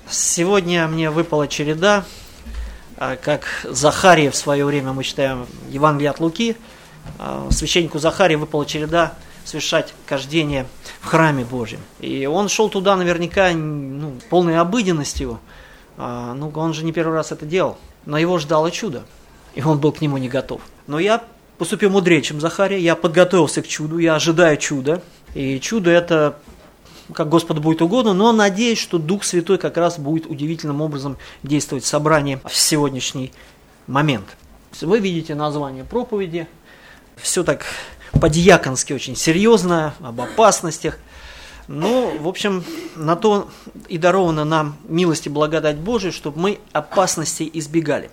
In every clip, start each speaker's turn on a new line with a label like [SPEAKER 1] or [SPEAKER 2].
[SPEAKER 1] Сегодня мне выпала череда, как Захарии в свое время, мы читаем Евангелие от Луки, священнику Захарии выпала череда совершать кождение в храме Божьем. И он шел туда наверняка полной обыденностью, он же не первый раз это делал, но его ждало чудо, и он был к нему не готов. Но я поступил мудрее, чем Захария, я подготовился к чуду, я ожидаю чуда, и чудо это как Господу будет угодно, но надеюсь, что Дух Святой как раз будет удивительным образом действовать в собрании в сегодняшний момент. Вы видите название проповеди, все так по-диаконски очень серьезно, об опасностях. В общем, на то и дарована нам милость и благодать Божия, чтобы мы опасностей избегали.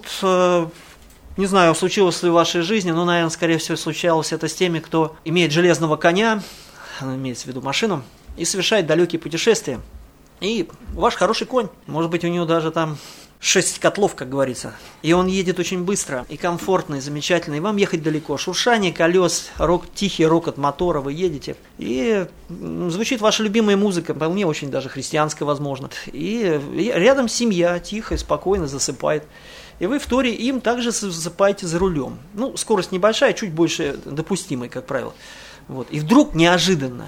[SPEAKER 1] Не знаю, случилось ли в вашей жизни, но, наверное, скорее всего, случалось это с теми, кто имеет железного коня, имеется в виду машину, и совершает далекие путешествия. И ваш хороший конь, может быть, у него даже там 6 котлов, как говорится. И он едет очень быстро, и комфортно, и замечательно. И вам ехать далеко. Шуршание колес, тихий рокот мотора, вы едете. И звучит ваша любимая музыка, вполне очень даже христианская, возможно. И рядом семья тихо и спокойно засыпает. И вы в торе им также засыпаете за рулем. Скорость небольшая, чуть больше допустимой, как правило. И вдруг неожиданно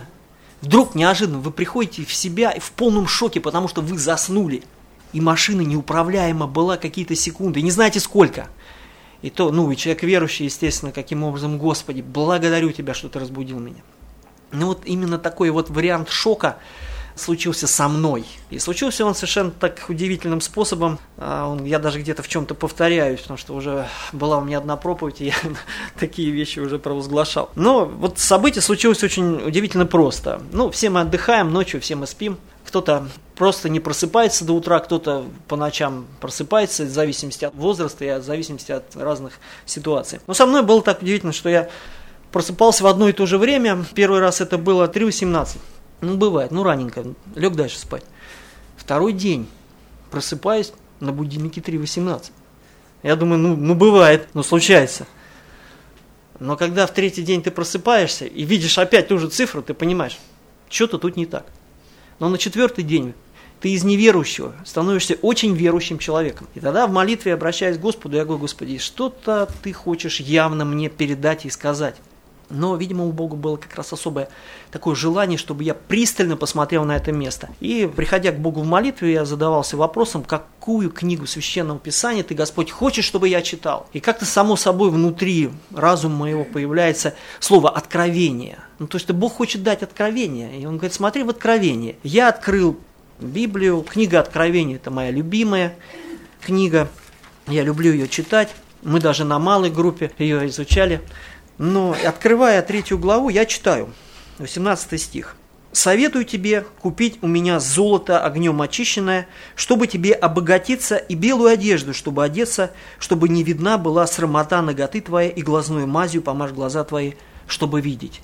[SPEAKER 1] вы приходите в себя и в полном шоке, потому что вы заснули. И машина неуправляема была какие-то секунды, и не знаете сколько. И то, и человек верующий, естественно, каким образом: Господи, благодарю Тебя, что Ты разбудил меня. Именно такой вариант шока случился со мной. И случился он совершенно так удивительным способом. Я даже где-то в чем-то повторяюсь, потому что уже была у меня одна проповедь, и я такие вещи уже провозглашал. Но событие случилось очень удивительно просто. Все мы отдыхаем, ночью все мы спим. Кто-то просто не просыпается до утра, кто-то по ночам просыпается, в зависимости от возраста и в зависимости от разных ситуаций. Но со мной было так удивительно, что я просыпался в одно и то же время. Первый раз это было 3:18. Бывает, раненько, лег дальше спать. Второй день просыпаюсь на будильнике 3:18. Я думаю, бывает, случается. Но когда в третий день ты просыпаешься и видишь опять ту же цифру, ты понимаешь, что-то тут не так. Но на четвертый день ты из неверующего становишься очень верующим человеком. И тогда в молитве, обращаясь к Господу, я говорю: Господи, что-то Ты хочешь явно мне передать и сказать. Но, видимо, у Бога было как раз особое такое желание, чтобы я пристально посмотрел на это место. И, приходя к Богу в молитве, я задавался вопросом: какую книгу Священного Писания Ты, Господь, хочешь, чтобы я читал? И как-то само собой внутри разума моего появляется слово «откровение». То, что Бог хочет дать откровение. И Он говорит: смотри в откровение. Я открыл Библию, книга Откровения – это моя любимая книга. Я люблю ее читать. Мы даже на малой группе ее изучали. Но, открывая 3 главу, я читаю, 18 стих. «Советую тебе купить у меня золото огнем очищенное, чтобы тебе обогатиться, и белую одежду, чтобы одеться, чтобы не видна была срамота наготы твоей, и глазной мазью помажь глаза твои, чтобы видеть».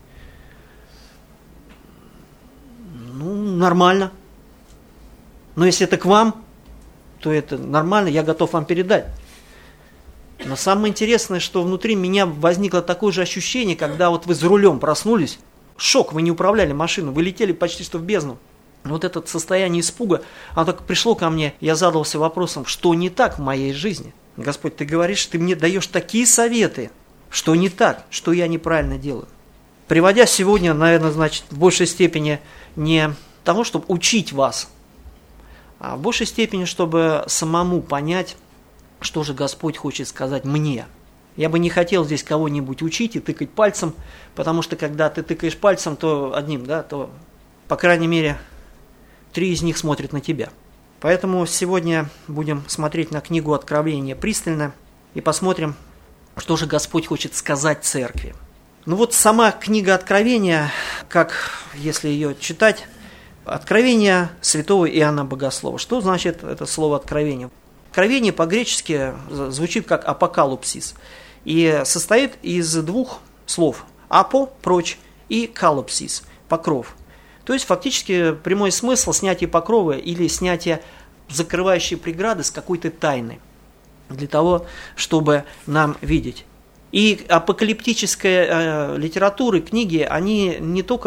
[SPEAKER 1] Нормально. Но если это к вам, то это нормально, я готов вам передать. Но самое интересное, что внутри меня возникло такое же ощущение, когда вы за рулем проснулись, шок, вы не управляли машину, вы летели почти что в бездну. Это состояние испуга, оно так пришло ко мне, я задался вопросом, что не так в моей жизни. Господь, Ты говоришь, Ты мне даешь такие советы, что не так, что я неправильно делаю. Приводя сегодня, наверное, в большей степени не того, чтобы учить вас, а в большей степени, чтобы самому понять, что же Господь хочет сказать мне. Я бы не хотел здесь кого-нибудь учить и тыкать пальцем, потому что когда ты тыкаешь пальцем, то одним, то, по крайней мере, 3 из них смотрят на тебя. Поэтому сегодня будем смотреть на книгу Откровения пристально и посмотрим, что же Господь хочет сказать церкви. Сама книга Откровения, как если ее читать, Откровение святого Иоанна Богослова. Что значит это слово «откровение»? Откровение по-гречески звучит как апокалипсис и состоит из 2 слов: апо – прочь и калипсис – покров. То есть фактически прямой смысл снятия покрова или снятия закрывающей преграды с какой-то тайны для того, чтобы нам видеть. И апокалиптическая литература, книги, они не только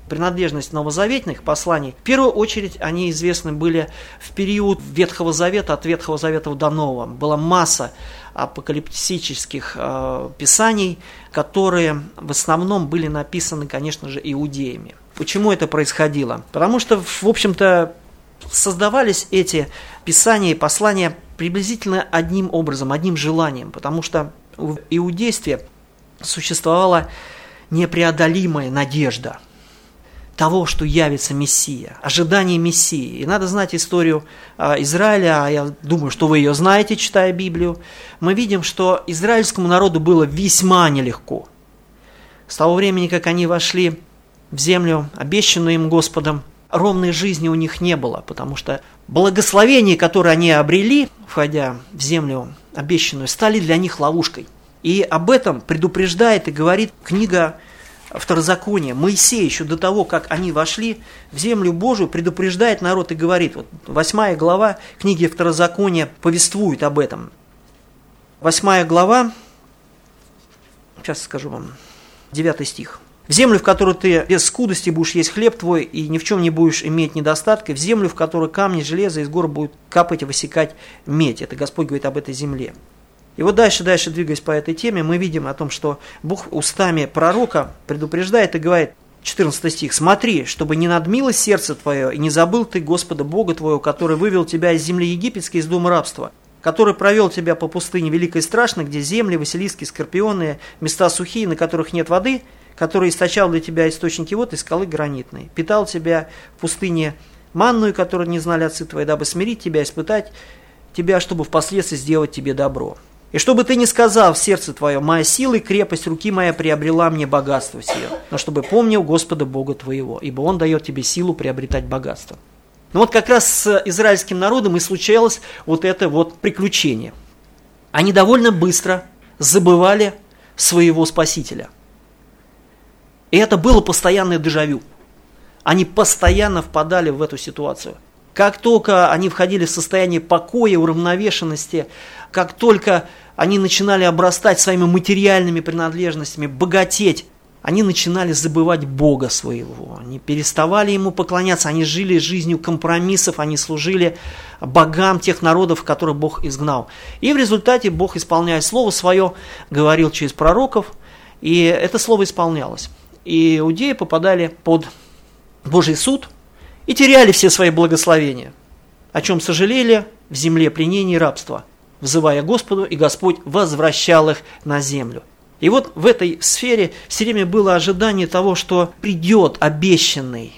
[SPEAKER 1] принадлежность новозаветных посланий, в первую очередь они известны были в период Ветхого Завета, от Ветхого Завета до Нового. Была масса апокалиптических писаний, которые в основном были написаны, конечно же, иудеями. Почему это происходило? Потому что, в общем-то, создавались эти писания и послания приблизительно одним образом, одним желанием, потому что в иудействе существовала непреодолимая надежда того, что явится Мессия, ожидание Мессии. И надо знать историю Израиля, а я думаю, что вы ее знаете, читая Библию. Мы видим, что израильскому народу было весьма нелегко. С того времени, как они вошли в землю, обещанную им Господом, ровной жизни у них не было, потому что благословения, которые они обрели, входя в землю обещанную, стали для них ловушкой. И об этом предупреждает и говорит книга Второзакония. Моисей еще до того, как они вошли в землю Божию, предупреждает народ и говорит, 8 глава книги Второзакония повествует об этом. 8 глава, сейчас скажу вам, 9 стих. «В землю, в которой ты без скудости будешь есть хлеб твой, и ни в чем не будешь иметь недостатка, в землю, в которой камни, железо из гор будут капать и высекать медь». Это Господь говорит об этой земле. И вот дальше, двигаясь по этой теме, мы видим о том, что Бог устами пророка предупреждает и говорит, 14 стих, «Смотри, чтобы не надмилось сердце твое, и не забыл ты Господа Бога твоего, который вывел тебя из земли египетской, из дома рабства, который провел тебя по пустыне великой и страшной, где земли, василиски, скорпионы, места сухие, на которых нет воды, который источал для тебя источники вод из скалы гранитной, питал тебя в пустыне манную, которую не знали отцы твои, дабы смирить тебя, испытать тебя, чтобы впоследствии сделать тебе добро. И чтобы ты не сказал в сердце твоем, моя сила и крепость руки моя приобрела мне богатство сие, но чтобы помнил Господа Бога твоего, ибо Он дает тебе силу приобретать богатство». Но вот как раз с израильским народом и случалось вот это вот приключение. Они довольно быстро забывали своего Спасителя. И это было постоянное дежавю. Они постоянно впадали в эту ситуацию. Как только они входили в состояние покоя, уравновешенности, как только они начинали обрастать своими материальными принадлежностями, богатеть, они начинали забывать Бога своего. Они переставали Ему поклоняться, они жили жизнью компромиссов, они служили богам тех народов, которых Бог изгнал. И в результате Бог, исполняя Слово Свое, говорил через пророков, и это Слово исполнялось. И иудеи попадали под Божий суд и теряли все свои благословения, о чем сожалели в земле пленения и рабства, взывая Господу, и Господь возвращал их на землю. И вот в этой сфере все время было ожидание того, что придет обещанный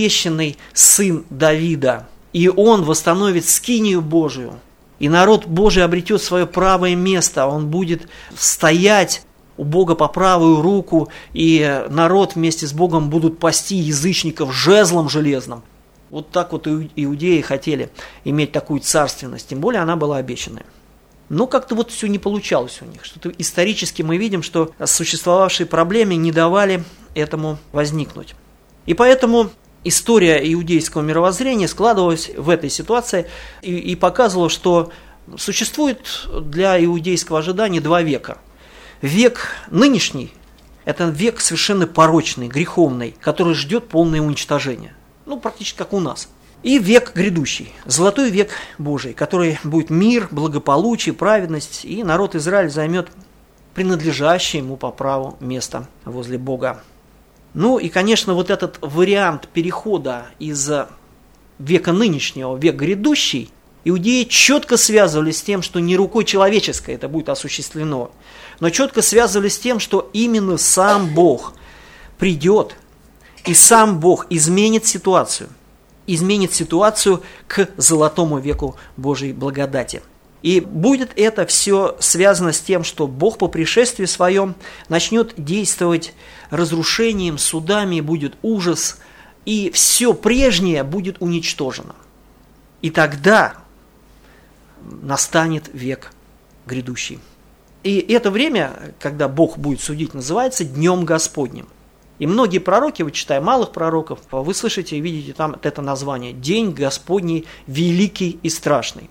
[SPEAKER 1] сын Давида, и он восстановит скинию Божию, и народ Божий обретет свое правое место, он будет стоять у Бога по правую руку, и народ вместе с Богом будут пасти язычников жезлом железным. Вот так вот иудеи хотели иметь такую царственность, тем более она была обещанная. Но как-то вот все не получалось у них. Что-то исторически мы видим, что существовавшие проблемы не давали этому возникнуть. И поэтому история иудейского мировоззрения складывалась в этой ситуации и показывала, что существует для иудейского ожидания два века. Век нынешний – это век совершенно порочный, греховный, который ждет полное уничтожение. Практически как у нас. И век грядущий, золотой век Божий, который будет мир, благополучие, праведность, и народ Израиль займет принадлежащее ему по праву место возле Бога. И, конечно, вот этот вариант перехода из века нынешнего в век грядущий, иудеи четко связывали с тем, что не рукой человеческой это будет осуществлено, но четко связывали с тем, что именно сам Бог придет, и сам Бог изменит ситуацию к золотому веку Божьей благодати. И будет это все связано с тем, что Бог по пришествии своем начнет действовать разрушением, судами, будет ужас, и все прежнее будет уничтожено. И тогда настанет век грядущий. И это время, когда Бог будет судить, называется Днем Господним. И многие пророки, вы читая малых пророков, вы слышите и видите там это название «День Господний великий и страшный».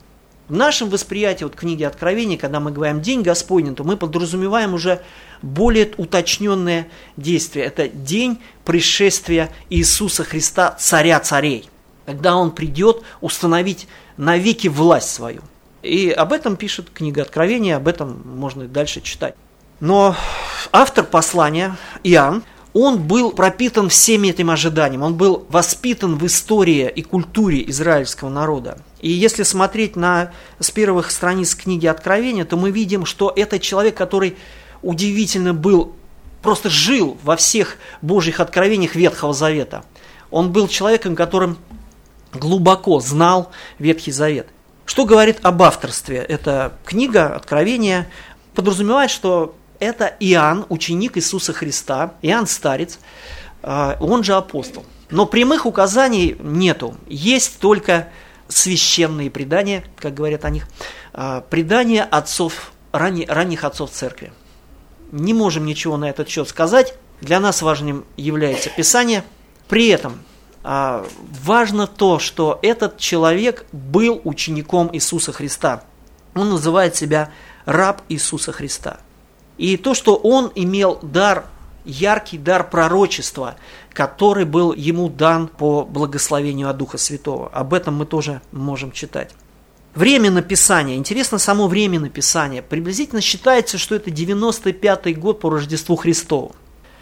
[SPEAKER 1] В нашем восприятии книги Откровения, когда мы говорим «День Господень», то мы подразумеваем уже более уточненное действие. Это день пришествия Иисуса Христа, Царя царей, когда Он придет установить навеки власть свою. И об этом пишет книга Откровения, об этом можно и дальше читать. Но автор послания, Иоанн, он был пропитан всеми этим ожиданием, он был воспитан в истории и культуре израильского народа. И если смотреть с первых страниц книги Откровения, то мы видим, что это человек, который удивительно был, просто жил во всех Божьих откровениях Ветхого Завета. Он был человеком, которым глубоко знал Ветхий Завет. Что говорит об авторстве? Эта книга Откровения подразумевает, что это Иоанн, ученик Иисуса Христа, Иоанн Старец, он же апостол. Но прямых указаний нету. Есть только священные предания, как говорят о них, предания отцов, ранних отцов церкви. Не можем ничего на этот счет сказать. Для нас важным является Писание. При этом важно то, что этот человек был учеником Иисуса Христа. Он называет себя раб Иисуса Христа. И то, что он имел дар, яркий дар пророчества, который был ему дан по благословению от Духа Святого. Об этом мы тоже можем читать. Время написания. Интересно само время написания. Приблизительно считается, что это 95-й год по Рождеству Христову.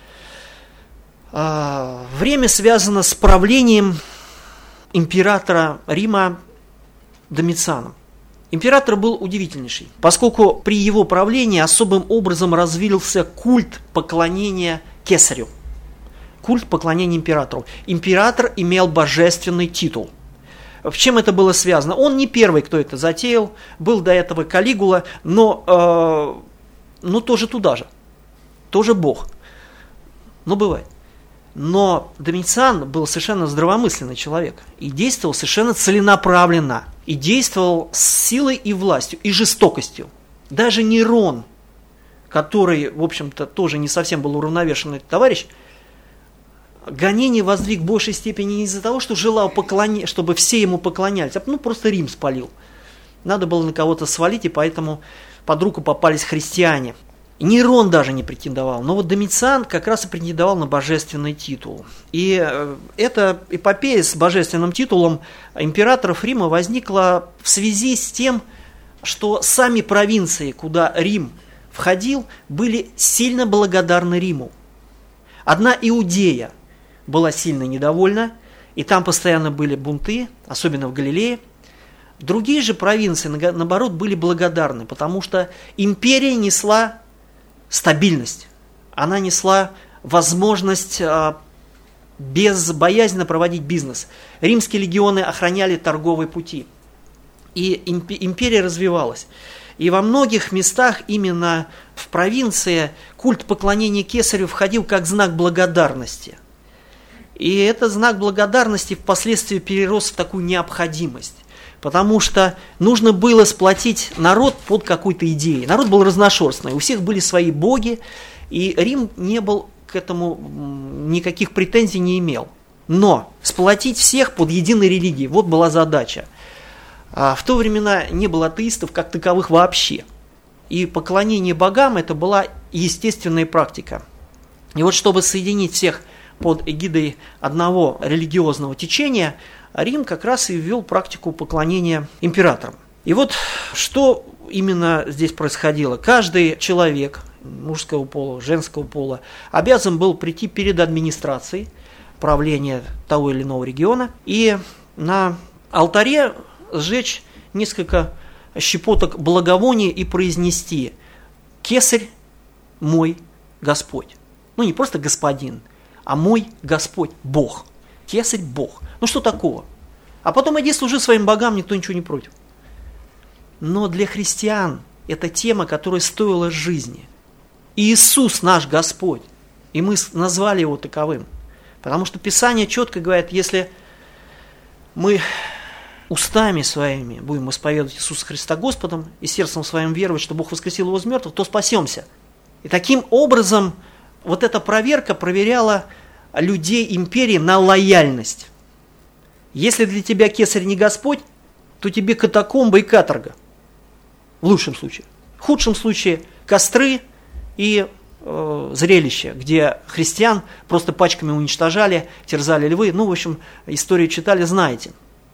[SPEAKER 1] Время связано с правлением императора Рима Домицианом. Император был удивительнейший, поскольку при его правлении особым образом развился культ поклонения кесарю, культ поклонения императору. Император имел божественный титул. В чем это было связано? Он не первый, кто это затеял, был до этого Калигула, но тоже туда же, тоже Бог. Но бывает. Но Домициан был совершенно здравомысленный человек и действовал совершенно целенаправленно, и действовал с силой и властью, и жестокостью. Даже Нерон, который, в общем-то, тоже не совсем был уравновешенный товарищ, гонение воздвиг в большей степени не из-за того, что желал чтобы все ему поклонялись, а просто Рим спалил. Надо было на кого-то свалить, и поэтому под руку попались христиане. Нерон даже не претендовал, но Домициан как раз и претендовал на божественный титул. И эта эпопея с божественным титулом императоров Рима возникла в связи с тем, что сами провинции, куда Рим входил, были сильно благодарны Риму. Одна Иудея была сильно недовольна, и там постоянно были бунты, особенно в Галилее. Другие же провинции, наоборот, были благодарны, потому что империя несла стабильность. Она несла возможность безбоязненно проводить бизнес. Римские легионы охраняли торговые пути. И империя развивалась. И во многих местах именно в провинции культ поклонения кесарю входил как знак благодарности. И этот знак благодарности впоследствии перерос в такую необходимость. Потому что нужно было сплотить народ под какой-то идеей. Народ был разношерстный, у всех были свои боги, и Рим не был к этому, никаких претензий не имел. Но сплотить всех под единой религией, вот была задача. А в то времена не было атеистов как таковых вообще. И поклонение богам это была естественная практика. И вот чтобы соединить всех под эгидой одного религиозного течения, Рим как раз и ввел практику поклонения императорам. И вот что именно здесь происходило. Каждый человек мужского пола, женского пола обязан был прийти перед администрацией правления того или иного региона и на алтаре сжечь несколько щепоток благовония и произнести: «Кесарь мой Господь». Не просто господин, а мой Господь, Бог. Кесарь Бог. Что такого? А потом иди служи своим богам, никто ничего не против. Но для христиан это тема, которая стоила жизни. Иисус наш Господь. И мы назвали его таковым. Потому что Писание четко говорит, если мы устами своими будем исповедовать Иисуса Христа Господом и сердцем своим веровать, что Бог воскресил его из мертвых, то спасемся. И таким образом вот эта проверка проверяла людей империи на лояльность. Если для тебя кесарь не Господь, то тебе катакомба и каторга. В лучшем случае. В худшем случае костры и зрелище, где христиан просто пачками уничтожали, терзали львы. Ну, в общем, историю читали, знаете.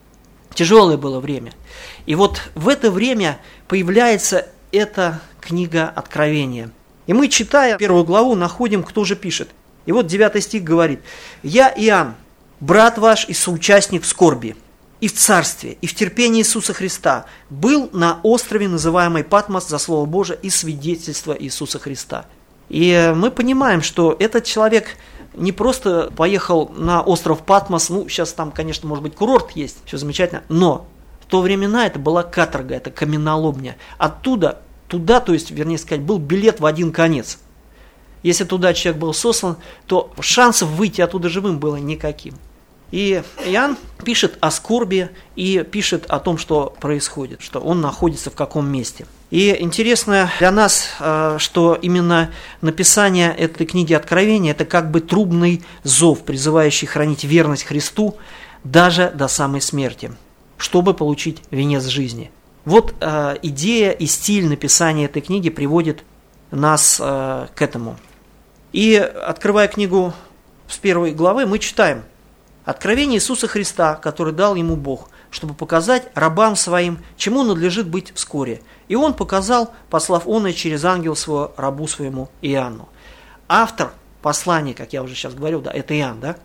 [SPEAKER 1] Тяжелое было время. И вот в это время появляется эта книга Откровения. И мы, читая первую главу, находим, кто же пишет. И вот 9 стих говорит: «Я, Иоанн, брат ваш и соучастник в скорби, и в царстве, и в терпении Иисуса Христа, был на острове, называемый Патмос, за Слово Божие и свидетельство Иисуса Христа». И мы понимаем, что этот человек не просто поехал на остров Патмос, ну, сейчас там, конечно, может быть, курорт есть, все замечательно, но в то времена это была каторга, это каменоломня. Оттуда, туда, то есть, вернее сказать, был билет в один конец. Если туда человек был сослан, то шансов выйти оттуда живым было никаким. И Иоанн пишет о скорби и пишет о том, что происходит, что он находится в каком месте. И интересно для нас, что именно написание этой книги Откровения – это как бы трубный зов, призывающий хранить верность Христу даже до самой смерти, чтобы получить венец жизни. Вот идея и стиль написания этой книги приводит нас к этому. И, открывая книгу с 1 главы, мы читаем: «Откровение Иисуса Христа, который дал ему Бог, чтобы показать рабам своим, чему надлежит быть вскоре. И он показал, послав он и через ангела своего рабу своему Иоанну». Автор послания, как я уже сейчас говорил, да, это Иоанн, да?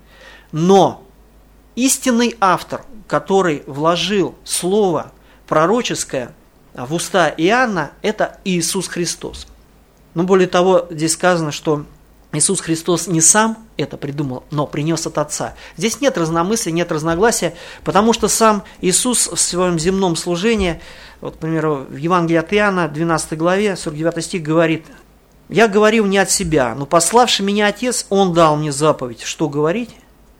[SPEAKER 1] Но истинный автор, который вложил слово пророческое в уста Иоанна, это Иисус Христос. Но более того, здесь сказано, что Иисус Христос не сам это придумал, но принес от Отца. Здесь нет разномыслия, нет разногласия, потому что сам Иисус в своем земном служении, вот, к примеру, в Евангелии от Иоанна, 12 главе, 49 стих говорит: «Я говорил не от себя, но пославший меня Отец, Он дал мне заповедь, что говорить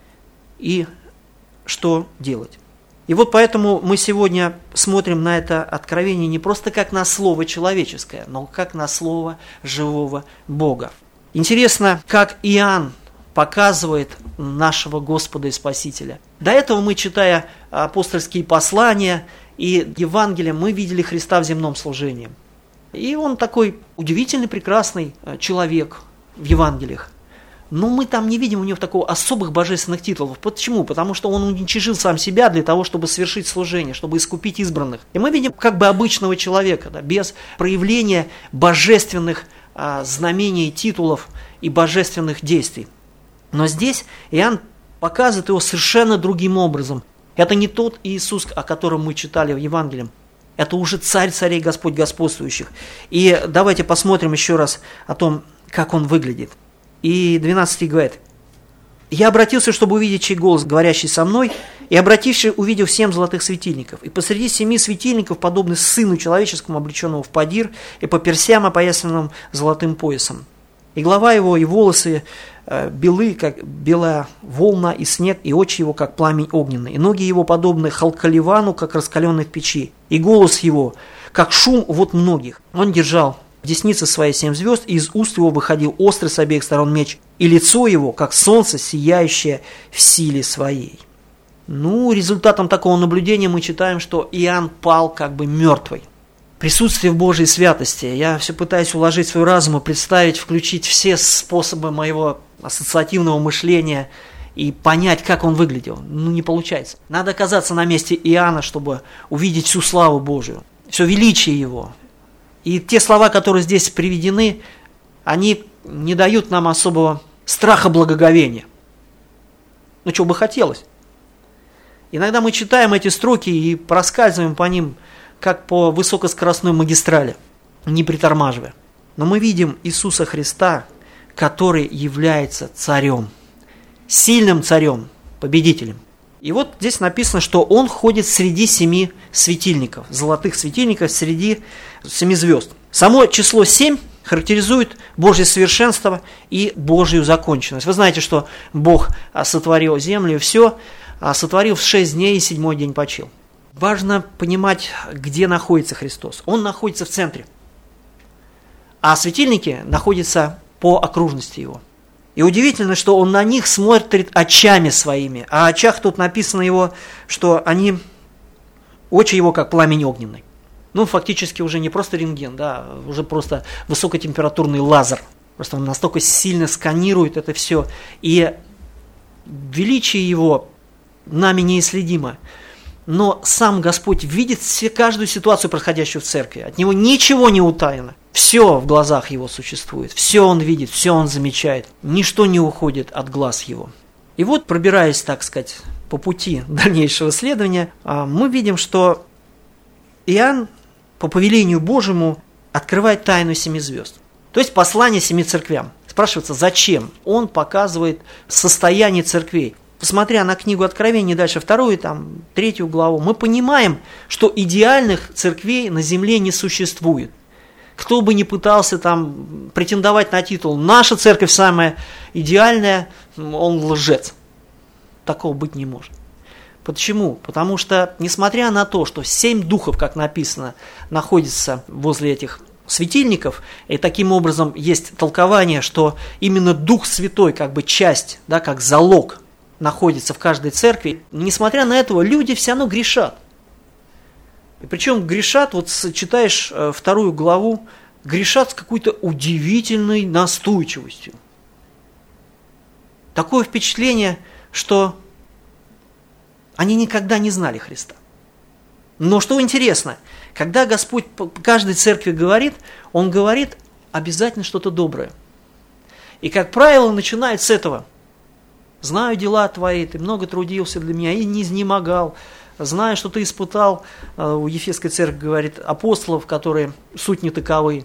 [SPEAKER 1] и что делать». И вот поэтому мы сегодня смотрим на это откровение не просто как на слово человеческое, но как на слово живого Бога. Интересно, как Иоанн показывает нашего Господа и Спасителя. До этого мы, читая апостольские послания и Евангелия, мы видели Христа в земном служении. И он такой удивительный, прекрасный человек в Евангелиях. Но мы там не видим у него такого особых божественных титулов. Почему? Потому что он уничижил сам себя для того, чтобы совершить служение, чтобы искупить избранных. И мы видим как бы обычного человека, да, без проявления божественных знамений, титулов и божественных действий. Но здесь Иоанн показывает его совершенно другим образом. Это не тот Иисус, о котором мы читали в Евангелии. Это уже Царь царей, Господь господствующих. И давайте посмотрим еще раз о том, как он выглядит. И 12 стих говорит: «Я обратился, чтобы увидеть чей голос, говорящий со мной, и, обративший, увидел 7 золотых светильников. И посреди 7 светильников, подобный Сыну Человеческому, облеченному в подир, и по персям, опоясанным золотым поясом. И голова его, и волосы белы, как белая волна, и снег, и очи его, как пламень огненный, и ноги его, подобны халкаливану, как раскаленной в печи, и голос его, как шум вод многих. Он держал в деснице своей 7 звезд, и из уст его выходил острый с обеих сторон меч, и лицо его, как солнце, сияющее в силе своей». Ну, результатом такого наблюдения мы читаем, что Иоанн пал как бы мертвый. Присутствие в Божьей святости. Я все пытаюсь уложить свой разум и представить, включить все способы моего ассоциативного мышления и понять, как он выглядел. Ну, не получается. Надо оказаться на месте Иоанна, чтобы увидеть всю славу Божию, все величие его. И те слова, которые здесь приведены, они не дают нам особого страха благоговения. Ну, чего бы хотелось. Иногда мы читаем эти строки и проскальзываем по ним, как по высокоскоростной магистрали, не притормаживая. Но мы видим Иисуса Христа, который является царем, сильным царем, победителем. И вот здесь написано, что он ходит среди 7 светильников, золотых светильников, среди 7 звезд. Само число 7 характеризует Божье совершенство и Божью законченность. Вы знаете, что Бог сотворил землю и все, сотворил в 6 дней и 7-й день почил. Важно понимать, где находится Христос. Он находится в центре, а светильники находятся по окружности его. И удивительно, что он на них смотрит очами своими. А о очах тут написано его, что они Очи его как пламень огненный. Ну, фактически уже не просто рентген, да, уже просто высокотемпературный лазер. Просто он настолько сильно сканирует это все. И величие его нами неисследимо. Но сам Господь видит каждую ситуацию, происходящую в церкви. От него ничего не утаено. Все в глазах его существует. Все он видит, все он замечает. Ничто не уходит от глаз его. И вот, пробираясь, так сказать, по пути дальнейшего исследования, мы видим, что Иоанн по повелению Божьему открывает тайну 7 звезд. То есть послание 7 церквям. Спрашивается, зачем? Он показывает состояние церквей. Посмотря на книгу Откровения, дальше 2, 3 главу, мы понимаем, что идеальных церквей на земле не существует. Кто бы ни пытался там претендовать на титул «наша церковь самая идеальная», он лжец. Такого быть не может. Почему? Потому что, несмотря на то, что 7 духов, как написано, находятся возле этих светильников, и таким образом есть толкование, что именно Дух Святой, как бы часть, да, как залог, находится в каждой церкви, несмотря на это, люди все равно грешат. И причем грешат, вот читаешь 2 главу, грешат с какой-то удивительной настойчивостью. Такое впечатление, что они никогда не знали Христа. Но что интересно, когда Господь по каждой церкви говорит, Он говорит обязательно что-то доброе. И, как правило, начинает с этого. «Знаю дела твои, ты много трудился для меня и не изнемогал. Знаю, что ты испытал», у Ефесской церкви говорит, апостолов, которые суть не таковы.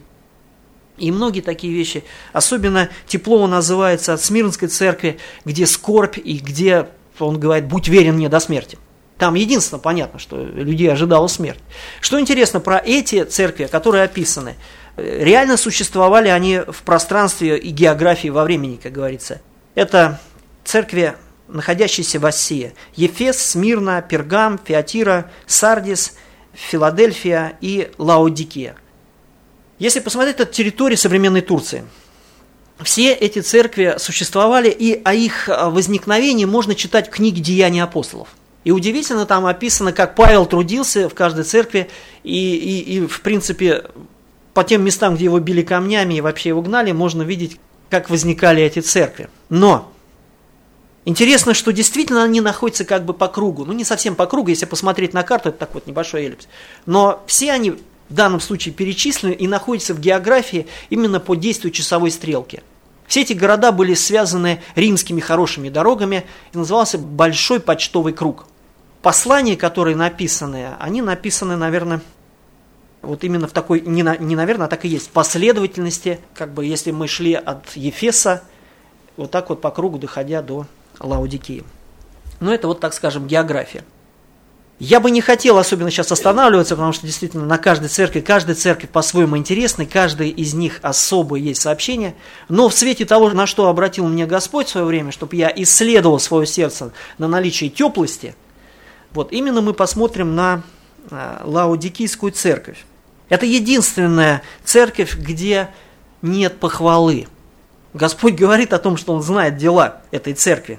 [SPEAKER 1] И многие такие вещи. Особенно тепло называется от Смирнской церкви, где скорбь и где, он говорит, будь верен мне до смерти. Там единственно понятно, что людей ожидала смерть. Что интересно про эти церкви, которые описаны, реально существовали они в пространстве и географии во времени, как говорится. Это церкви, находящиеся в Асии: Ефес, Смирна, Пергам, Фиатира, Сардис, Филадельфия и Лаодикия. Если посмотреть на территории современной Турции, все эти церкви существовали, и о их возникновении можно читать в книге «Деяния апостолов». И удивительно, там описано, как Павел трудился в каждой церкви, и в принципе, по тем местам, где его били камнями и вообще его гнали, можно видеть, как возникали эти церкви. Но интересно, что действительно они находятся как бы по кругу. Ну, не совсем по кругу, если посмотреть на карту, это так вот небольшой эллипс. Но все они в данном случае перечислены и находятся в географии именно по действию часовой стрелки. Все эти города были связаны римскими хорошими дорогами, и назывался Большой почтовый круг. Послания, которые написаны, они написаны, наверное, вот именно в такой, не наверное, а так и есть, последовательности, как бы если мы шли от Ефеса, вот так вот по кругу, доходя до Лаодикии. Но это вот, так скажем, география. Я бы не хотел особенно сейчас останавливаться, потому что действительно на каждая церковь по-своему интересна, каждой из них особое есть сообщение. Но в свете того, на что обратил меня Господь в свое время, чтобы я исследовал свое сердце на наличие теплости, вот именно мы посмотрим на Лаодикийскую церковь. Это единственная церковь, где нет похвалы. Господь говорит о том, что Он знает дела этой церкви.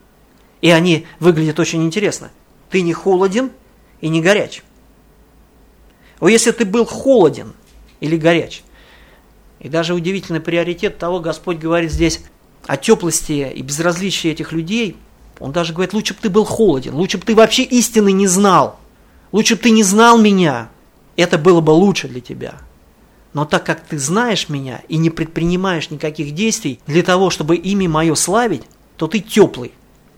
[SPEAKER 1] И они выглядят очень интересно. Ты не холоден и не горяч. Вот если ты был холоден или горяч, и даже удивительный приоритет того, Господь говорит здесь о теплости и безразличии этих людей, Он даже говорит, лучше бы ты был холоден, лучше бы ты вообще истины не знал, лучше бы ты не знал меня, это было бы лучше для тебя. Но так как ты знаешь меня и не предпринимаешь никаких действий для того, чтобы имя мое славить, то ты теплый.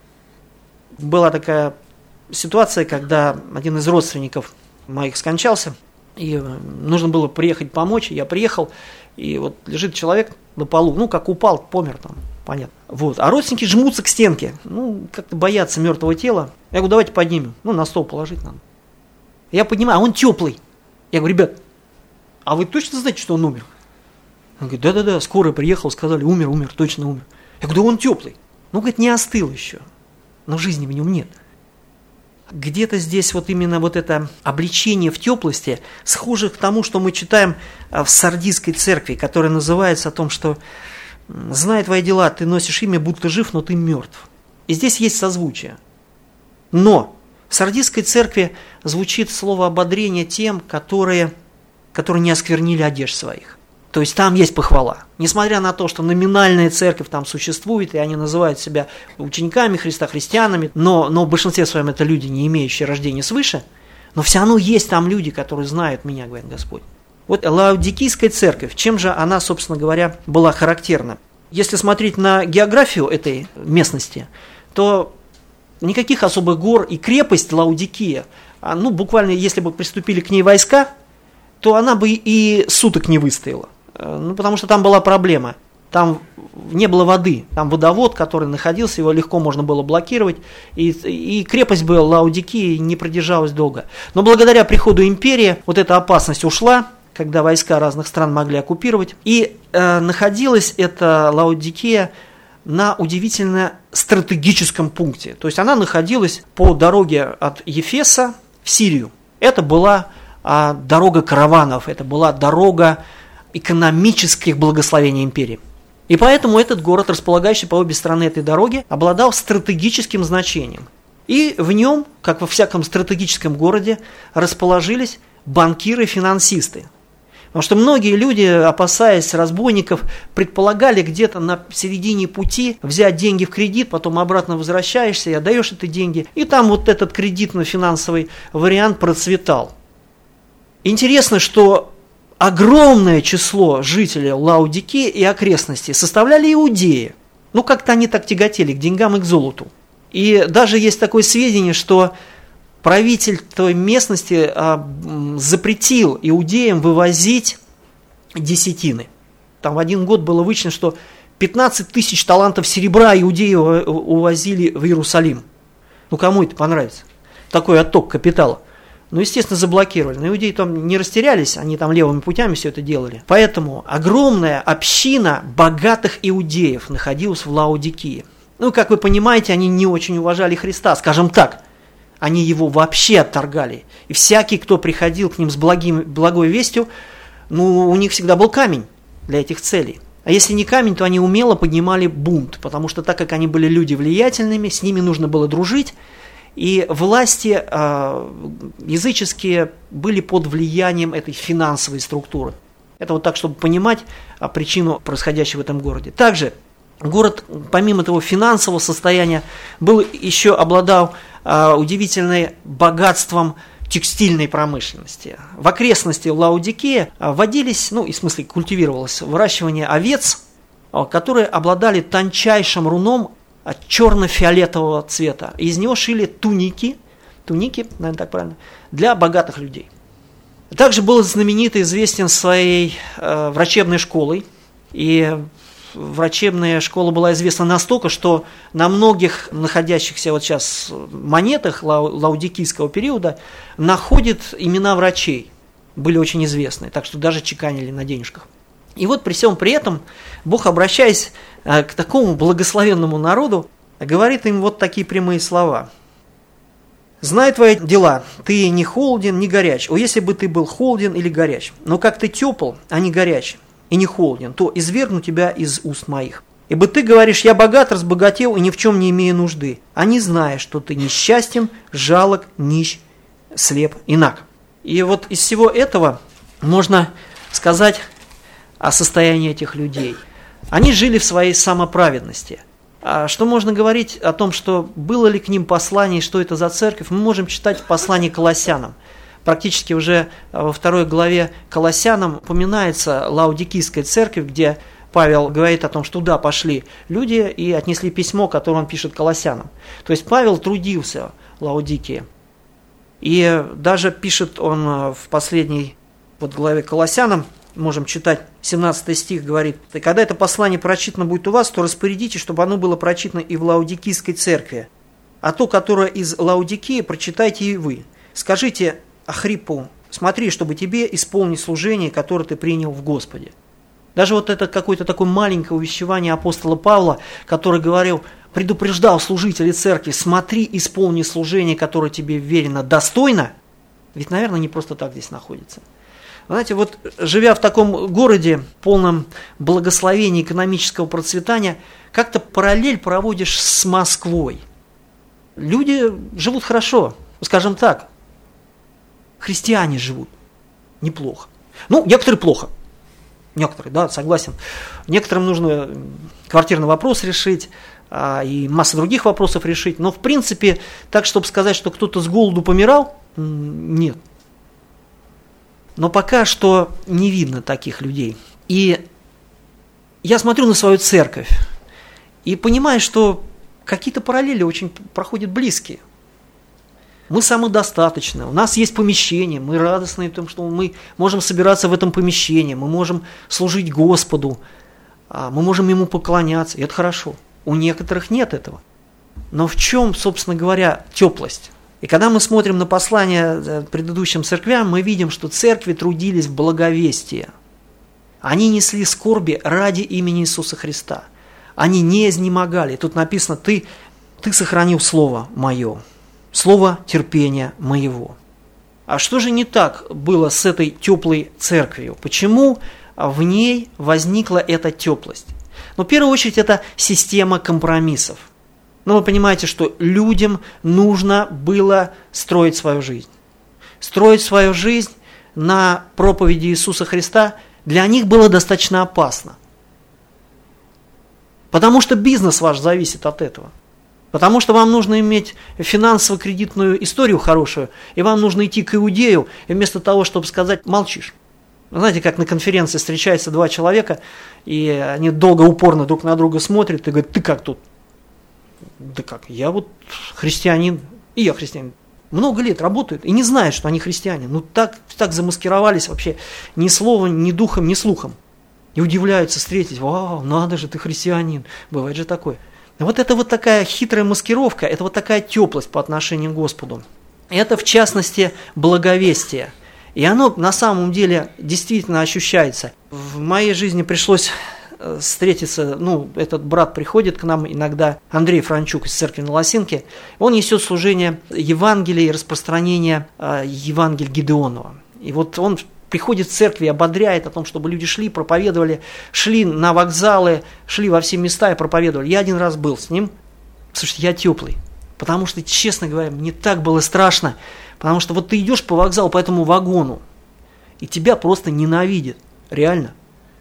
[SPEAKER 1] Была такая ситуация, когда один из родственников моих скончался, и нужно было приехать помочь, я приехал, и вот лежит человек на полу, ну, как упал, помер там, понятно. Вот. А родственники жмутся к стенке, ну, как-то боятся мертвого тела. Я говорю, давайте поднимем, ну, на стол положить надо. Я поднимаю, а он теплый. Я говорю, ребят, а вы точно знаете, что он умер? Он говорит, да-да-да, скорая приехала, сказали, умер, точно умер. Я говорю, да он теплый. Ну, говорит, не остыл еще, но жизни в нем нет. Где-то здесь вот именно вот это обличение в теплости схоже к тому, что мы читаем в Сардийской церкви, которая называется о том, что «Зная твои дела, ты носишь имя, будто жив, но ты мертв». И здесь есть созвучие. Но В Сардисской церкви звучит слово ободрения тем, которые не осквернили одежд своих. То есть там есть похвала. Несмотря на то, что номинальная церковь там существует, и они называют себя учениками Христа, христианами, но в большинстве своем это люди, не имеющие рождения свыше, но все равно есть там люди, которые знают меня, говорит Господь. Вот Лаодикийская церковь, чем же она, собственно говоря, была характерна? Если смотреть на географию этой местности, то никаких особых гор и крепость Лаодикия, буквально если бы приступили к ней войска, то она бы и суток не выстояла. Потому что там была проблема. Там не было воды. Там водовод, который находился, его легко можно было блокировать. И крепость бы Лаодикии не продержалась долго. Но благодаря приходу империи вот эта опасность ушла, когда войска разных стран могли оккупировать. И находилась эта Лаодикия на удивительно стратегическом пункте. То есть она находилась по дороге от Ефеса в Сирию. Это была дорога караванов, это была дорога экономических благословений империи. И поэтому этот город, располагающий по обе стороны этой дороги, обладал стратегическим значением. И в нем, как во всяком стратегическом городе, расположились банкиры-финансисты. Потому что многие люди, опасаясь разбойников, предполагали где-то на середине пути взять деньги в кредит, потом обратно возвращаешься и отдаешь эти деньги. И там вот этот кредитно-финансовый вариант процветал. Интересно, что огромное число жителей Лаодикии и окрестностей составляли иудеи. Как-то они так тяготели к деньгам и к золоту. И даже есть такое сведение, что правитель той местности запретил иудеям вывозить десятины. Там в один год было вычислено, что 15 тысяч талантов серебра иудеи увозили в Иерусалим. Кому это понравится? Такой отток капитала. Естественно, заблокировали. Но иудеи там не растерялись, они там левыми путями все это делали. Поэтому огромная община богатых иудеев находилась в Лаодикии. Как вы понимаете, они не очень уважали Христа, скажем так. Они его вообще отторгали. И всякий, кто приходил к ним с благой вестью, у них всегда был камень для этих целей. А если не камень, то они умело поднимали бунт, потому что так как они были люди влиятельными, с ними нужно было дружить, и власти языческие были под влиянием этой финансовой структуры. Это вот так, чтобы понимать причину происходящего в этом городе. Также город, помимо того финансового состояния, обладал удивительным богатством текстильной промышленности. В окрестности Лаодикии водились, культивировалось выращивание овец, которые обладали тончайшим руном черно-фиолетового цвета. Из него шили туники, наверное, так правильно, для богатых людей. Также был знаменит и известен своей врачебной школой. И врачебная школа была известна настолько, что на многих находящихся вот сейчас монетах лаодикийского периода находят имена врачей. Были очень известны, так что даже чеканили на денежках. И вот при всем при этом Бог, обращаясь к такому благословенному народу, говорит им вот такие прямые слова. «Знай твои дела, ты не холоден, не горяч. О, если бы ты был холоден или горяч, но как ты тепл, а не горяч, и не холоден, то извергну тебя из уст моих. Ибо ты говоришь, я богат, разбогател и ни в чем не имею нужды, а не зная, что ты несчастен, жалок, нищ, слеп и наг». И вот из всего этого можно сказать о состоянии этих людей. Они жили в своей самоправедности. А что можно говорить о том, что было ли к ним послание, что это за церковь, мы можем читать в послании к Колоссянам. Практически уже во 2 главе Колоссянам упоминается Лаодикийская церковь, где Павел говорит о том, что туда пошли люди и отнесли письмо, которое он пишет Колоссянам. То есть Павел трудился в Лаодикии. И даже пишет он в последней главе Колоссянам, можем читать, 17 стих говорит: «И когда это послание прочитано будет у вас, то распорядитесь, чтобы оно было прочитано и в Лаодикийской церкви. А то, которое из Лаодикии, прочитайте и вы. Скажите Ахриппу: смотри, чтобы тебе исполнить служение, которое ты принял в Господе». Даже вот это какое-то такое маленькое увещевание апостола Павла, который говорил, предупреждал служителей церкви: смотри, исполни служение, которое тебе верено, достойно. Ведь, наверное, не просто так здесь находится. Знаете, вот живя в таком городе, полном благословения, экономического процветания, как-то параллель проводишь с Москвой. Люди живут хорошо, Скажем так, христиане живут неплохо. Ну, некоторые плохо. Некоторые, да, согласен. Некоторым нужно квартирный вопрос решить, и масса других вопросов решить. Но, в принципе, так, чтобы сказать, что кто-то с голоду помирал, нет. Но пока что не видно таких людей. И я смотрю на свою церковь и понимаю, что какие-то параллели очень проходят близкие. Мы самодостаточны, у нас есть помещение, мы радостны в том, что мы можем собираться в этом помещении, мы можем служить Господу, мы можем Ему поклоняться, и это хорошо. У некоторых нет этого. Но в чем, собственно говоря, теплость? И когда мы смотрим на послания предыдущим церквям, мы видим, что церкви трудились в благовестии. Они несли скорби ради имени Иисуса Христа. Они не изнемогали. Тут написано, ты сохранил слово мое, слово терпения моего. А что же не так было с этой теплой церковью? Почему в ней возникла эта теплость? Ну, в первую очередь, это система компромиссов. Но вы понимаете, что людям нужно было строить свою жизнь. Строить свою жизнь на проповеди Иисуса Христа для них было достаточно опасно. Потому что бизнес ваш зависит от этого. Потому что вам нужно иметь финансово-кредитную историю хорошую, и вам нужно идти к иудею, и вместо того, чтобы сказать «молчишь». Знаете, как на конференции встречаются два человека, и они долго упорно друг на друга смотрят, и говорят, ты как тут? Да как, я вот христианин, и я христианин. Много лет работают и не знают, что они христиане. Ну так замаскировались вообще ни словом, ни духом, ни слухом. И удивляются встретить, вау, надо же, ты христианин. Бывает же такое. Вот это вот такая хитрая маскировка, это вот такая теплость по отношению к Господу. Это в частности благовестие. И оно на самом деле действительно ощущается. В моей жизни пришлось встретиться, этот брат приходит к нам иногда, Андрей Франчук из церкви на Лосинке, он несет служение Евангелия и распространение Евангелия Гедеонова. И вот он приходит в церкви, ободряет о том, чтобы люди шли, проповедовали, шли на вокзалы, шли во все места и проповедовали. Я один раз был с ним, слушайте, я теплый, потому что, честно говоря, мне так было страшно, потому что вот ты идешь по вокзалу, по этому вагону, и тебя просто ненавидят, реально.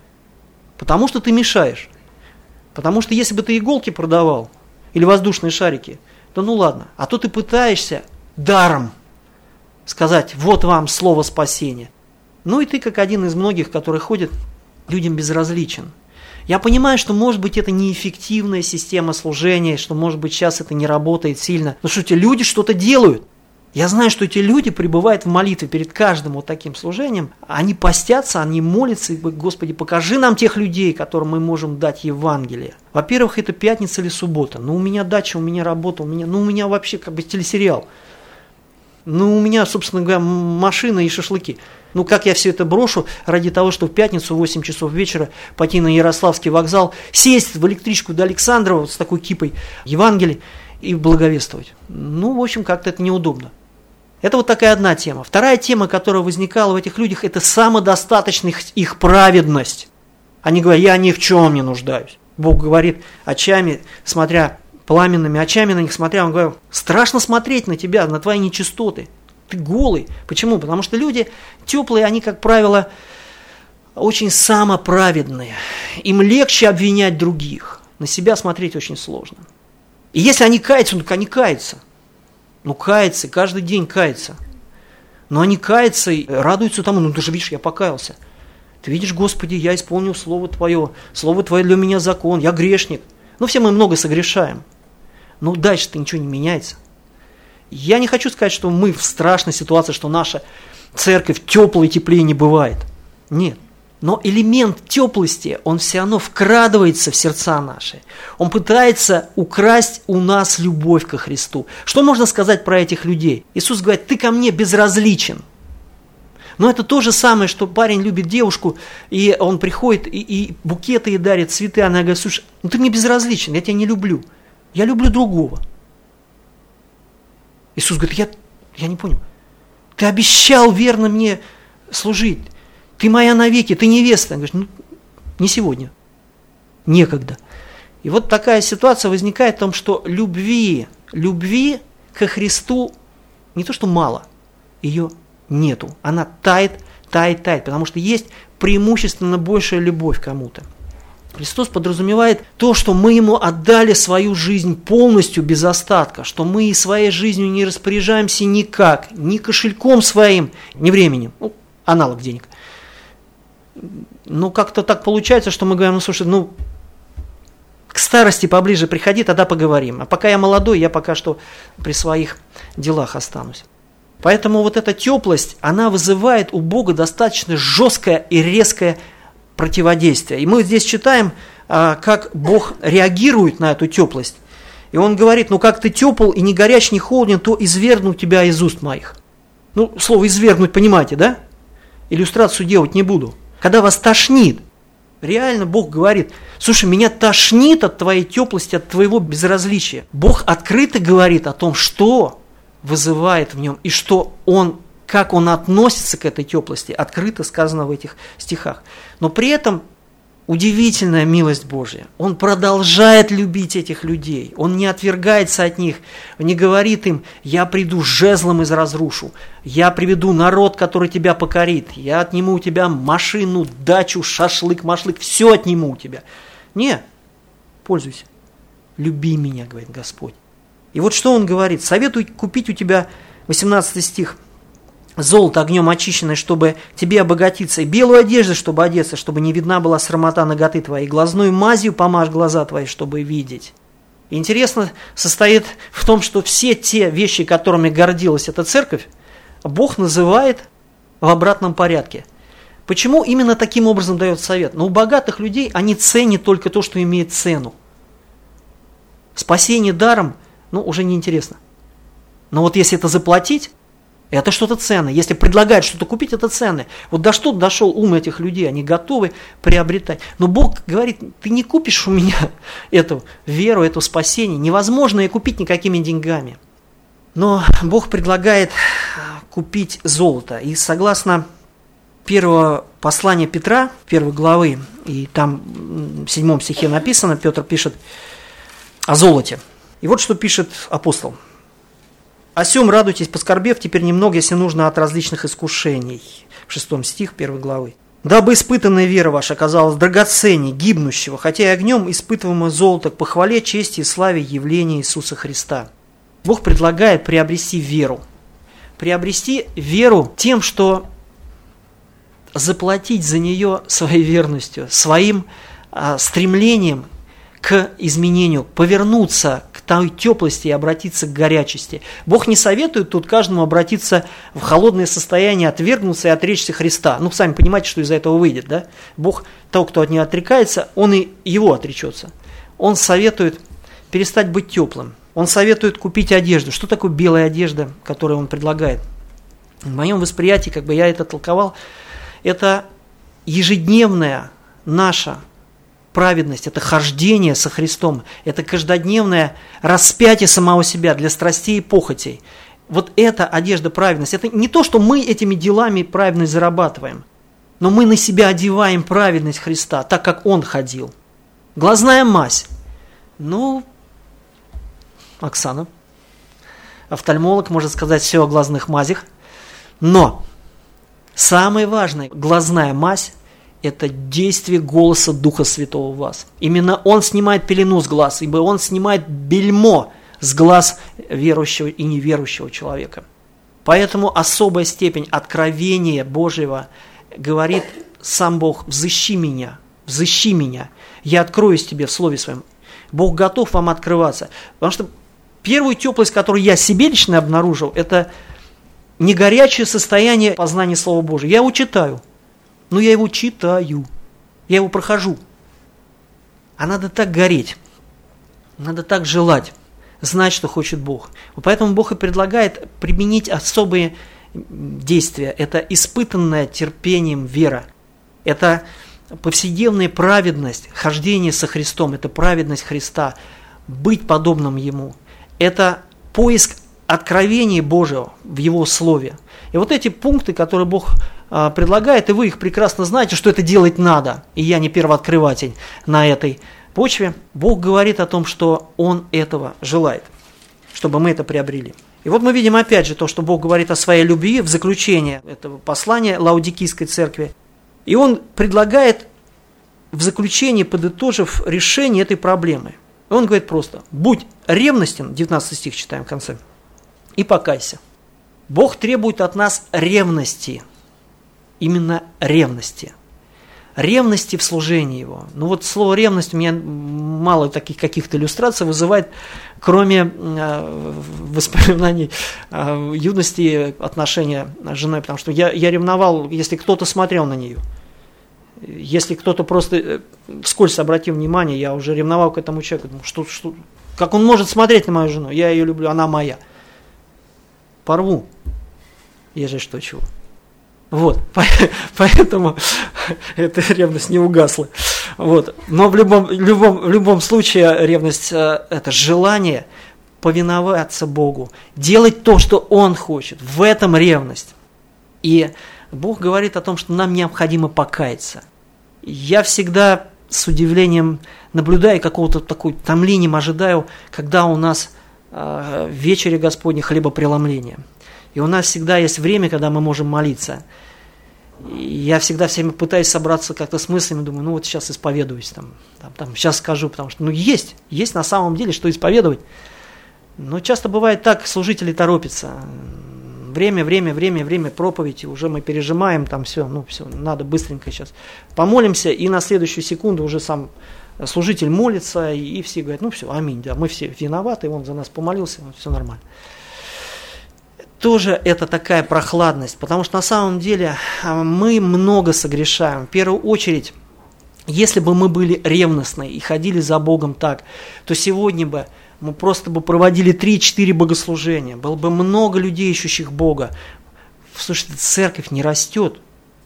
[SPEAKER 1] Потому что ты мешаешь. Потому что если бы ты иголки продавал или воздушные шарики, то ну ладно. А то ты пытаешься даром сказать, вот вам слово спасения. Ну и ты, как один из многих, который ходит, людям безразличен. Я понимаю, что может быть это неэффективная система служения, что может быть сейчас это не работает сильно. Но что эти люди что-то делают. Я знаю, что эти люди пребывают в молитве перед каждым вот таким служением. Они постятся, они молятся, и говорят, Господи, покажи нам тех людей, которым мы можем дать Евангелие. Во-первых, это пятница или суббота. У меня дача, у меня работа, у меня вообще как бы телесериал. У меня, собственно говоря, машина и шашлыки. Как я все это брошу ради того, чтобы в пятницу в 8 часов вечера пойти на Ярославский вокзал, сесть в электричку до Александрова с такой кипой Евангелия и благовествовать. В общем, как-то это неудобно. Это вот такая одна тема. Вторая тема, которая возникала в этих людях, это самодостаточность, их праведность. Они говорят, я ни в чем не нуждаюсь. Бог говорит очами, смотря пламенными очами на них, смотря, он говорит, страшно смотреть на тебя, на твои нечистоты. Ты голый. Почему? Потому что люди теплые, они, как правило, очень самоправедные. Им легче обвинять других. На себя смотреть очень сложно. И если они каются, так они каются. Каются, каждый день каются. Но они каются и радуются тому, ты же видишь, я покаялся. Ты видишь, Господи, я исполнил Слово Твое для меня закон, я грешник. Все мы много согрешаем. Но дальше-то ничего не меняется. Я не хочу сказать, что мы в страшной ситуации, что наша церковь теплой и теплее не бывает. Нет. Но элемент теплости, он все равно вкрадывается в сердца наши. Он пытается украсть у нас любовь ко Христу. Что можно сказать про этих людей? Иисус говорит, ты ко мне безразличен. Но это то же самое, что парень любит девушку, и он приходит, и букеты ей дарит, цветы. Она говорит, слушай, ты мне безразличен, я тебя не люблю. Я люблю другого. Иисус говорит, я не понял. Ты обещал верно мне служить. Ты моя навеки, ты невеста. Он говорит, не сегодня, некогда. И вот такая ситуация возникает в том, что любви ко Христу не то что мало, ее нету. Она тает, потому что есть преимущественно большая любовь к кому-то. Христос подразумевает то, что мы Ему отдали свою жизнь полностью, без остатка, что мы своей жизнью не распоряжаемся никак, ни кошельком своим, ни временем, аналог денег. Но как-то так получается, что мы говорим, слушай, к старости поближе приходи, тогда поговорим. А пока я молодой, я пока что при своих делах останусь. Поэтому вот эта теплость, она вызывает у Бога достаточно жесткое и резкое противодействие. И мы здесь читаем, как Бог реагирует на эту теплость. И Он говорит, как ты тепл и не горяч, не холоден, то извергну тебя из уст моих. Слово извергнуть, понимаете, да? Иллюстрацию делать не буду. Когда вас тошнит, реально Бог говорит, слушай, меня тошнит от твоей теплости, от твоего безразличия. Бог открыто говорит о том, что вызывает в нем, и что Он, как Он относится к этой теплости, открыто сказано в этих стихах. Но при этом удивительная милость Божья. Он продолжает любить этих людей, Он не отвергается от них, Он не говорит им, я приду жезлом и разрушу, я приведу народ, который тебя покорит, я отниму у тебя машину, дачу, шашлык, машлык, все отниму у тебя. Не, пользуйся, люби меня, говорит Господь. И вот что Он говорит, советую купить у тебя, 18 стих, золото огнем очищенное, чтобы тебе обогатиться, и белую одежду, чтобы одеться, чтобы не видна была срамота наготы твоей, глазной мазью помажь глаза твои, чтобы видеть. И интересно состоит в том, что все те вещи, которыми гордилась эта церковь, Бог называет в обратном порядке. Почему именно таким образом дает совет? У богатых людей они ценят только то, что имеет цену. Спасение даром, уже неинтересно. Но вот если это заплатить, это что-то ценное. Если предлагают что-то купить, это ценное. Вот до что дошел ум этих людей, они готовы приобретать. Но Бог говорит, ты не купишь у меня эту веру, это спасение. Невозможно ее купить никакими деньгами. Но Бог предлагает купить золото. И согласно первого послания Петра, 1 главы, и там в 7 стихе написано, Петр пишет о золоте. И вот что пишет апостол. «О сем радуйтесь, поскорбев теперь немного, если нужно, от различных искушений». 6 стих 1 главы. «Дабы испытанная вера ваша оказалась драгоценней гибнущего, хотя и огнем испытываемое золото к похвале, чести и славе явления Иисуса Христа». Бог предлагает приобрести веру. Приобрести веру тем, что заплатить за нее своей верностью, своим стремлением к изменению, повернуться к той теплости и обратиться к горячести. Бог не советует тут каждому обратиться в холодное состояние, отвергнуться и отречься Христа. Сами понимаете, что из-за этого выйдет, да? Бог, того, кто от него отрекается, он и его отречется. Он советует перестать быть теплым. Он советует купить одежду. Что такое белая одежда, которую он предлагает? В моем восприятии, я это толковал, это ежедневная наша праведность, это хождение со Христом, это каждодневное распятие самого себя для страстей и похотей. Вот это одежда праведности. Это не то, что мы этими делами праведность зарабатываем, но мы на себя одеваем праведность Христа, так как Он ходил. Глазная мазь. Оксана, офтальмолог, может сказать все о глазных мазях. Но самое важное, глазная мазь, это действие голоса Духа Святого в вас. Именно Он снимает пелену с глаз, ибо Он снимает бельмо с глаз верующего и неверующего человека. Поэтому особая степень откровения Божьего говорит сам Бог: взыщи меня, я откроюсь тебе в Слове Своем. Бог готов вам открываться. Потому что первую теплость, которую я себе лично обнаружил, это не горячее состояние познания Слова Божьего. Я его читаю. Я его читаю, я его прохожу. А надо так гореть, надо так желать, знать, что хочет Бог. Поэтому Бог и предлагает применить особые действия. Это испытанная терпением вера, это повседневная праведность, хождение со Христом, это праведность Христа, быть подобным Ему. Это поиск откровения Божьего в Его Слове. И вот эти пункты, которые Бог предлагает, и вы их прекрасно знаете, что это делать надо. И я не первооткрыватель на этой почве. Бог говорит о том, что Он этого желает, чтобы мы это приобрели. И вот мы видим опять же то, что Бог говорит о своей любви в заключение этого послания Лаодикийской церкви. И Он предлагает в заключении, подытожив решение этой проблемы. Он говорит просто: будь ревностен, 19 стих читаем в конце, и покайся. Бог требует от нас ревности, именно ревности. Ревности в служении Его. Ну вот слово ревность у меня мало таких каких-то иллюстраций вызывает, кроме воспоминаний юности, отношения с женой, потому что я ревновал, если кто-то смотрел на нее. Если кто-то просто вскользь обратил внимание, я уже ревновал к этому человеку. Думаю, как он может смотреть на мою жену? Я ее люблю, она моя. Порву, ежели что чего. Вот, поэтому эта ревность не угасла. Вот. Но в любом случае ревность – это желание повиноваться Богу, делать то, что Он хочет. В этом ревность. И Бог говорит о том, что нам необходимо покаяться. Я всегда с удивлением наблюдаю, какого-то такой томлением ожидаю, когда у нас в вечере Господне хлебопреломление. И у нас всегда есть время, когда мы можем молиться. И я всегда всеми пытаюсь собраться как-то с мыслями, думаю, ну вот сейчас исповедуюсь, сейчас скажу, потому что есть на самом деле, что исповедовать. Но часто бывает так, служители торопятся. Время, проповедь, и уже мы пережимаем, все, надо быстренько сейчас помолимся, и на следующую секунду уже сам служитель молится, и все говорят, все, аминь, да, мы все виноваты, он за нас помолился, все нормально. Тоже это такая прохладность, потому что на самом деле мы много согрешаем. В первую очередь, если бы мы были ревностны и ходили за Богом так, то сегодня бы мы просто бы проводили 3-4 богослужения. Было бы много людей, ищущих Бога. Слушайте, церковь не растет.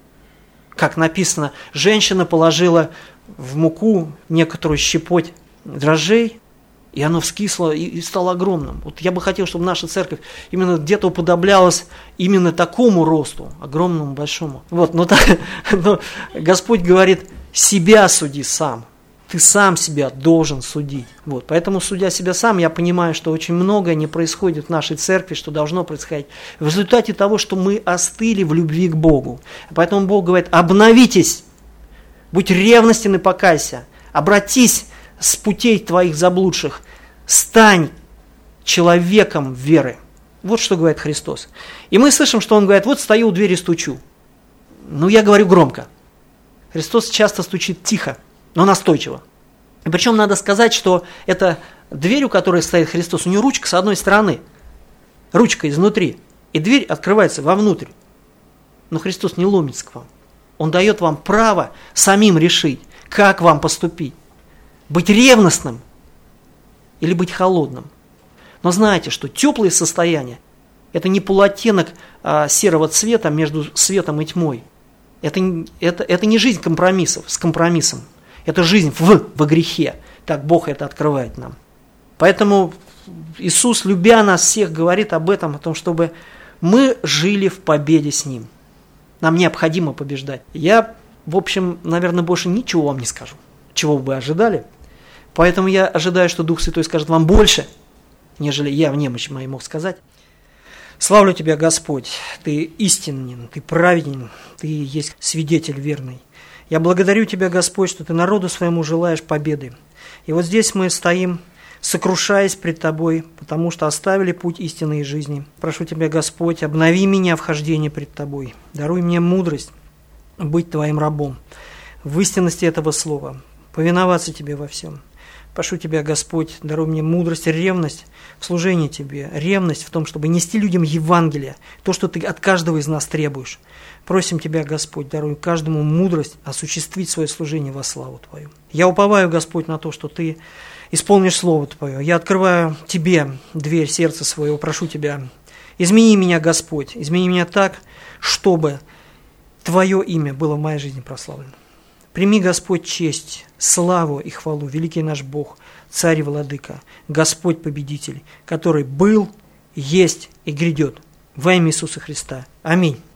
[SPEAKER 1] Как написано, женщина положила в муку некоторую щепоть дрожжей, и оно вскисло и стало огромным. Вот я бы хотел, чтобы наша церковь именно где-то уподоблялась именно такому росту, огромному, большому. Но Господь говорит, себя суди сам. Ты сам себя должен судить. Поэтому, судя себя сам, я понимаю, что очень многое не происходит в нашей церкви, что должно происходить в результате того, что мы остыли в любви к Богу. Поэтому Бог говорит, обновитесь, будь ревностен и покайся, обратись с путей твоих заблудших, стань человеком веры. Вот что говорит Христос. И мы слышим, что Он говорит, вот стою у двери, стучу. Я говорю громко. Христос часто стучит тихо, но настойчиво. И причем надо сказать, что эта дверь, у которой стоит Христос, у нее ручка с одной стороны, ручка изнутри, и дверь открывается вовнутрь. Но Христос не ломится к вам. Он дает вам право самим решить, как вам поступить. Быть ревностным или быть холодным. Но знаете, что теплое состояние – это не полуоттенок серого цвета между светом и тьмой. Это не жизнь компромиссов, с компромиссом. Это жизнь во грехе. Так Бог это открывает нам. Поэтому Иисус, любя нас всех, говорит об этом, о том, чтобы мы жили в победе с Ним. Нам необходимо побеждать. Я, в общем, наверное, больше ничего вам не скажу, чего вы ожидали. Поэтому я ожидаю, что Дух Святой скажет вам больше, нежели я в немощи моей мог сказать. Славлю Тебя, Господь, Ты истинен, Ты праведен, Ты есть свидетель верный. Я благодарю Тебя, Господь, что Ты народу своему желаешь победы. И вот здесь мы стоим, сокрушаясь пред Тобой, потому что оставили путь истинной жизни. Прошу Тебя, Господь, обнови меня в хождении пред Тобой. Даруй мне мудрость быть Твоим рабом в истинности этого слова, повиноваться Тебе во всем. Прошу Тебя, Господь, даруй мне мудрость и ревность в служении Тебе, ревность в том, чтобы нести людям Евангелие, то, что Ты от каждого из нас требуешь. Просим Тебя, Господь, даруй каждому мудрость осуществить свое служение во славу Твою. Я уповаю, Господь, на то, что Ты исполнишь Слово Твое. Я открываю Тебе дверь сердца своего, прошу Тебя, измени меня, Господь, измени меня так, чтобы Твое имя было в моей жизни прославлено. Прими, Господь, честь, славу и хвалу, великий наш Бог, Царь и Владыка, Господь Победитель, который был, есть и грядет. Во имя Иисуса Христа. Аминь.